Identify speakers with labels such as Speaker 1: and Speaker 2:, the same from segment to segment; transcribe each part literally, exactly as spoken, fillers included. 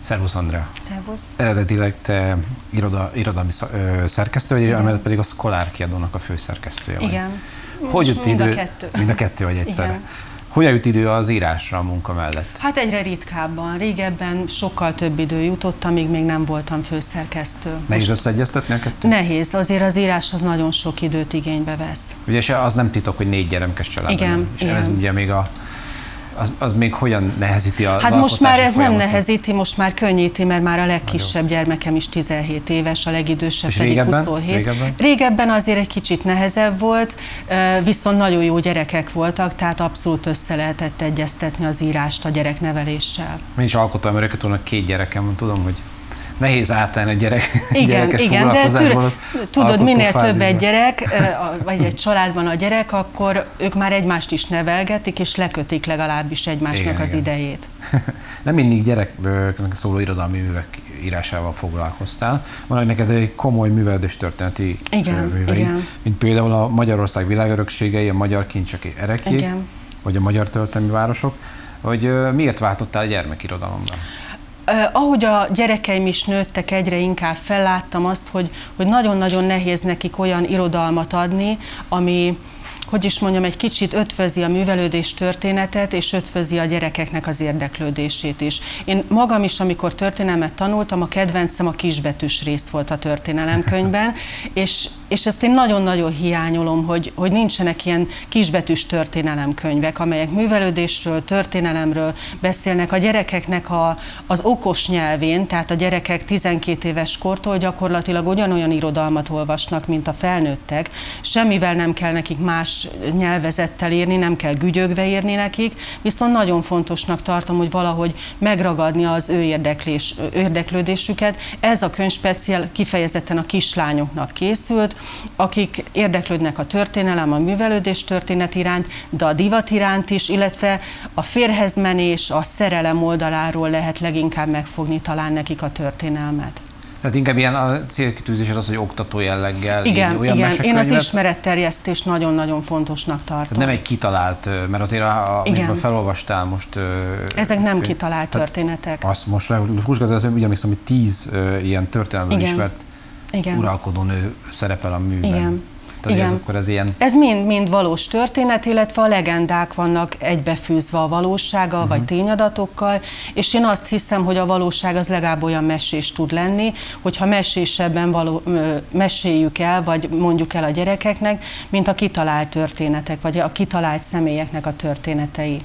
Speaker 1: Szervusz, Andrea.
Speaker 2: Szervusz.
Speaker 1: Eredetileg te iroda, irodalmi szerkesztő vagy, amellett pedig a Szkolár kiadónak a főszerkesztője vagy.
Speaker 2: Igen.
Speaker 1: Hogy jut
Speaker 2: mind
Speaker 1: idő?
Speaker 2: a kettő.
Speaker 1: Mind a kettő vagy egyszerre.
Speaker 2: Igen.
Speaker 1: Hogyan jut idő az írásra a munka mellett?
Speaker 2: Hát egyre ritkábban. Régebben sokkal több idő jutott, amíg még nem voltam főszerkesztő.
Speaker 1: Nehéz összeegyeztetni a kettőt?
Speaker 2: Nehéz. Azért az írás az nagyon sok időt igénybe vesz.
Speaker 1: Ugye se az nem titok, hogy négy gyermekes család.
Speaker 2: Igen,
Speaker 1: És
Speaker 2: igen.
Speaker 1: ez ugye még a Az, az még hogyan nehezíti a
Speaker 2: Hát most már ez
Speaker 1: folyamatot?
Speaker 2: nem nehezíti, most már könnyíti, mert már a legkisebb gyermekem is tizenhét éves, a legidősebb
Speaker 1: és
Speaker 2: pedig
Speaker 1: régebben?
Speaker 2: huszonhét.
Speaker 1: Régebben?
Speaker 2: Régebben azért egy kicsit nehezebb volt, viszont nagyon jó gyerekek voltak, tehát abszolút össze lehetett egyeztetni az írást a gyerekneveléssel.
Speaker 1: Én is alkotom örökötónak két gyerekem van, tudom, hogy nehéz átállni a gyerek,
Speaker 2: igen,
Speaker 1: gyerekes
Speaker 2: igen, de
Speaker 1: foglalkozásból.
Speaker 2: tudod, minél
Speaker 1: fázisban.
Speaker 2: több egy gyerek, vagy egy családban a gyerek, akkor ők már egymást is nevelgetik, és lekötik legalábbis egymásnak
Speaker 1: igen,
Speaker 2: az
Speaker 1: igen.
Speaker 2: idejét.
Speaker 1: Nem mindig gyereknek szóló irodalmi művek írásával foglalkoztál. Van, hogy neked egy komoly művelődés történeti műveid, mint például a Magyarország világörökségei, a Magyar Kincsek Ereklyék, vagy a Magyar Történelmi Városok. Hogy miért váltottál a gyermekirodalomra?
Speaker 2: Uh, ahogy a gyerekeim is nőttek, egyre inkább felláttam azt, hogy, hogy nagyon-nagyon nehéz nekik olyan irodalmat adni, ami, hogy is mondjam, egy kicsit ötvözi a művelődés történetet, és ötvözi a gyerekeknek az érdeklődését is. Én magam is, amikor történelmet tanultam, a kedvencem a kisbetűs rész volt a történelemkönyvben, és, és ezt én nagyon-nagyon hiányolom, hogy, hogy nincsenek ilyen kisbetűs történelemkönyvek, amelyek művelődésről, történelemről beszélnek a gyerekeknek a, az okos nyelvén, tehát a gyerekek tizenkét éves kortól gyakorlatilag ugyanolyan irodalmat olvasnak, mint a felnőttek, semmivel nem kell nekik más nyelvezettel írni, nem kell gügyögve írni nekik, viszont nagyon fontosnak tartom, hogy valahogy megragadni az ő érdeklés, érdeklődésüket. Ez a könyv speciál kifejezetten a kislányoknak készült, akik érdeklődnek a történelem, a művelődés történet iránt, de a divat iránt is, illetve a férjezmenés, a szerelem oldaláról lehet leginkább megfogni talán nekik a történelmet.
Speaker 1: Tehát inkább ilyen a célkitűzésed az, hogy oktató jelleggel.
Speaker 2: Igen,
Speaker 1: olyan
Speaker 2: igen. Én az
Speaker 1: mesekönyvet.
Speaker 2: Ismeretterjesztést nagyon-nagyon fontosnak tartom.
Speaker 1: Tehát nem egy kitalált, mert azért a, a felolvastál most...
Speaker 2: Ezek nem kitalált történetek.
Speaker 1: Azt most húsgad, ez úgy emlékszem, hogy tíz uh, ilyen történelmben ismert igen. uralkodónő szerepel a műben.
Speaker 2: Igen.
Speaker 1: Tehát
Speaker 2: igen.
Speaker 1: Ez, akkor ez ilyen...
Speaker 2: Ez mind-mind valós történet, illetve a legendák vannak egybefűzve a valósággal, uh-huh. vagy tényadatokkal, és én azt hiszem, hogy a valóság az legalább olyan mesés tud lenni, hogyha mesésebben való, meséljük el, vagy mondjuk el a gyerekeknek, mint a kitalált történetek, vagy a kitalált személyeknek a történetei.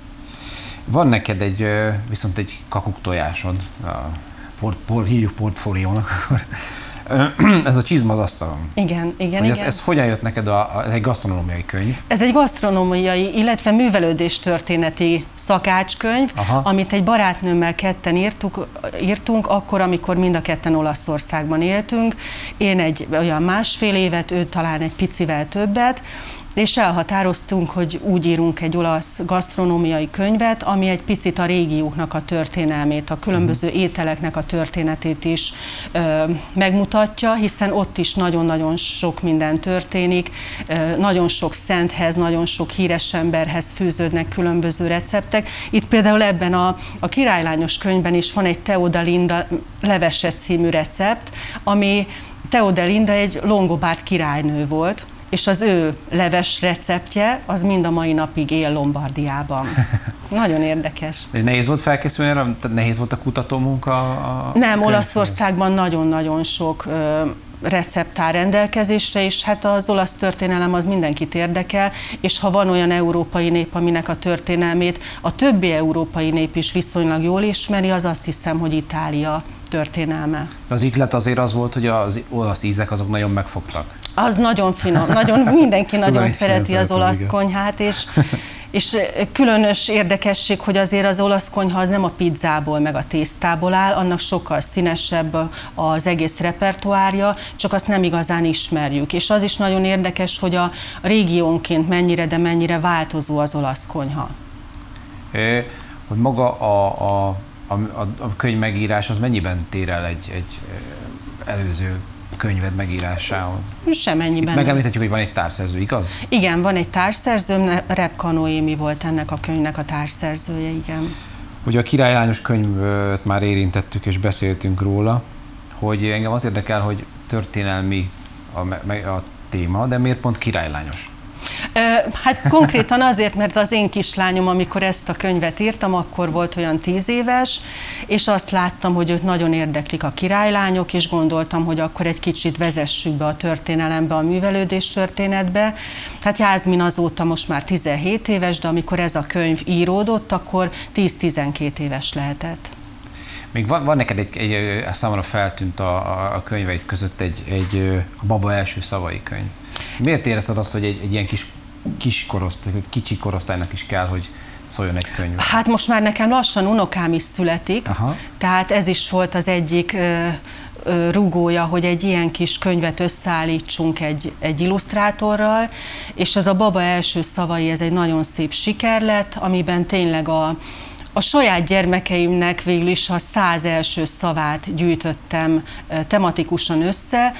Speaker 1: Van neked egy, viszont egy kakuktojásod, a port, port, hívjuk portfóliónak, ez a Csizma az asztalon.
Speaker 2: Igen, igen,
Speaker 1: ez,
Speaker 2: igen.
Speaker 1: ez hogyan jött neked? A, a, ez egy gasztronómiai könyv?
Speaker 2: Ez egy gasztronómiai, illetve művelődéstörténeti szakácskönyv, aha. amit egy barátnőmmel ketten írtuk, írtunk, akkor, amikor mind a ketten Olaszországban éltünk. Én egy olyan másfél évet, ő talán egy picivel többet, és elhatároztunk, hogy úgy írunk egy olasz gasztronómiai könyvet, ami egy picit a régióknak a történelmét, a különböző ételeknek a történetét is ö, megmutatja, hiszen ott is nagyon-nagyon sok minden történik, ö, nagyon sok szenthez, nagyon sok híres emberhez fűződnek különböző receptek. Itt például ebben a, a királylányos könyvben is van egy Teodelinda levese című recept, ami Teodelinda egy longobárd királynő volt, és az ő leves receptje az mind a mai napig él Lombardiában. Nagyon érdekes.
Speaker 1: És nehéz volt felkészülni erre? Nehéz volt a kutatómunka? A
Speaker 2: Nem, Olaszországban nagyon-nagyon sok ö, recept áll rendelkezésre, és hát az olasz történelem az mindenkit érdekel, és ha van olyan európai nép, aminek a történelmét a többi európai nép is viszonylag jól ismeri, az azt hiszem, hogy Itália történelme.
Speaker 1: Az ihlet azért az volt, hogy az olasz ízek azok nagyon megfogtak.
Speaker 2: Az nagyon finom, nagyon, mindenki nagyon szereti az olasz konyhát, és, és különös érdekesség, hogy azért az olasz konyha az nem a pizzából meg a tésztából áll, annak sokkal színesebb az egész repertoárja, csak azt nem igazán ismerjük. És az is nagyon érdekes, hogy a régiónként mennyire, de mennyire változó az olasz konyha.
Speaker 1: É, hogy maga a, a, a, a könyv megírás az mennyiben tér el egy, egy előző könyved megírásához?
Speaker 2: Semennyiben.
Speaker 1: Megemlíthetjük, hogy van egy társszerző, igaz?
Speaker 2: Igen, van egy társszerzőm, Repka Noémi volt ennek a könyvnek a társszerzője, igen.
Speaker 1: Ugye a királylányos könyvet már érintettük és beszéltünk róla, hogy engem az érdekel, hogy történelmi a, a téma, de miért pont királylányos?
Speaker 2: Hát konkrétan azért, mert az én kislányom, amikor ezt a könyvet írtam, akkor volt olyan tíz éves, és azt láttam, hogy őt nagyon érdeklik a királylányok, és gondoltam, hogy akkor egy kicsit vezessük be a történelembe, a művelődés történetbe. Hát Jászmin azóta most már tizenhét éves, de amikor ez a könyv íródott, akkor tíz-tizenkét éves lehetett.
Speaker 1: Még van, van neked egy, egy számomra feltűnt a, a, a könyveid között egy, egy a Baba első szavai könyv. Miért érezted azt, hogy egy, egy ilyen kis, kis korosztály, egy kicsi korosztálynak is kell, hogy szóljon egy könyv?
Speaker 2: Hát most már nekem lassan unokám is születik, Aha. tehát ez is volt az egyik ö, ö, rugója, hogy egy ilyen kis könyvet összeállítsunk egy, egy illusztrátorral, és ez a Baba első szavai, ez egy nagyon szép siker lett, amiben tényleg a A saját gyermekeimnek végül is a száz első szavát gyűjtöttem tematikusan össze,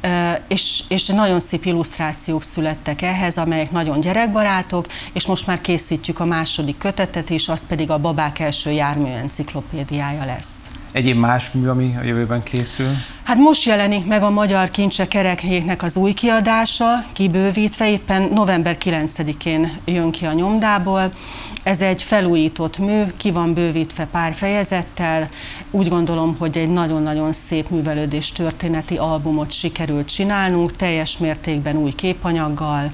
Speaker 2: és, és nagyon szép illusztrációk születtek ehhez, amelyek nagyon gyerekbarátok, és most már készítjük a második kötetet is, az pedig a Babák első jármű enciklopédiája lesz.
Speaker 1: Egyéb más mű, ami a jövőben készül?
Speaker 2: Hát most jelenik meg a Magyar Kincsek Ereklyéknek az új kiadása, kibővítve, éppen november kilencedikén jön ki a nyomdából. Ez egy felújított mű, ki van bővítve pár fejezettel. Úgy gondolom, hogy egy nagyon-nagyon szép művelődés történeti albumot sikerült csinálnunk, teljes mértékben új képanyaggal,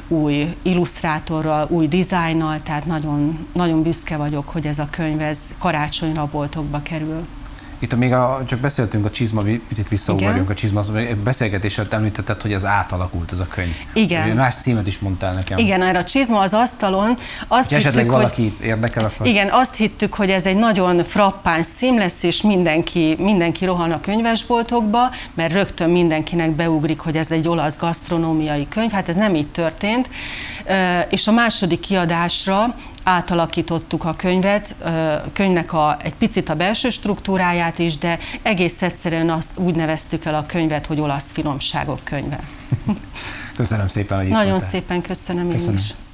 Speaker 2: új illusztrátorral, új dizájnnal, tehát nagyon, nagyon büszke vagyok, hogy ez a könyv ez karácsonyra a boltokba kerül.
Speaker 1: Itt még a, csak beszéltünk a csizma, picit visszaugorjunk a csizma, beszélgetés alatt említetted, hogy az átalakult ez a könyv.
Speaker 2: Igen.
Speaker 1: Más címet is mondtál nekem.
Speaker 2: Igen, erre a Csizma az asztalon. Azt
Speaker 1: hittük, esetleg valaki
Speaker 2: hogy,
Speaker 1: érdekel, akkor...
Speaker 2: Igen, azt hittük, hogy ez egy nagyon frappáns cím lesz, és mindenki, mindenki rohan a könyvesboltokba, mert rögtön mindenkinek beugrik, hogy ez egy olasz gasztronómiai könyv. Hát ez nem így történt. És a második kiadásra átalakítottuk a könyvet, a könyvnek a, egy picit a belső struktúráját is, de egész egyszerűen azt úgy neveztük el a könyvet, hogy olasz finomságok könyve.
Speaker 1: Köszönöm szépen, hogy itt
Speaker 2: Nagyon
Speaker 1: voltál.
Speaker 2: szépen köszönöm, köszönöm. Én is.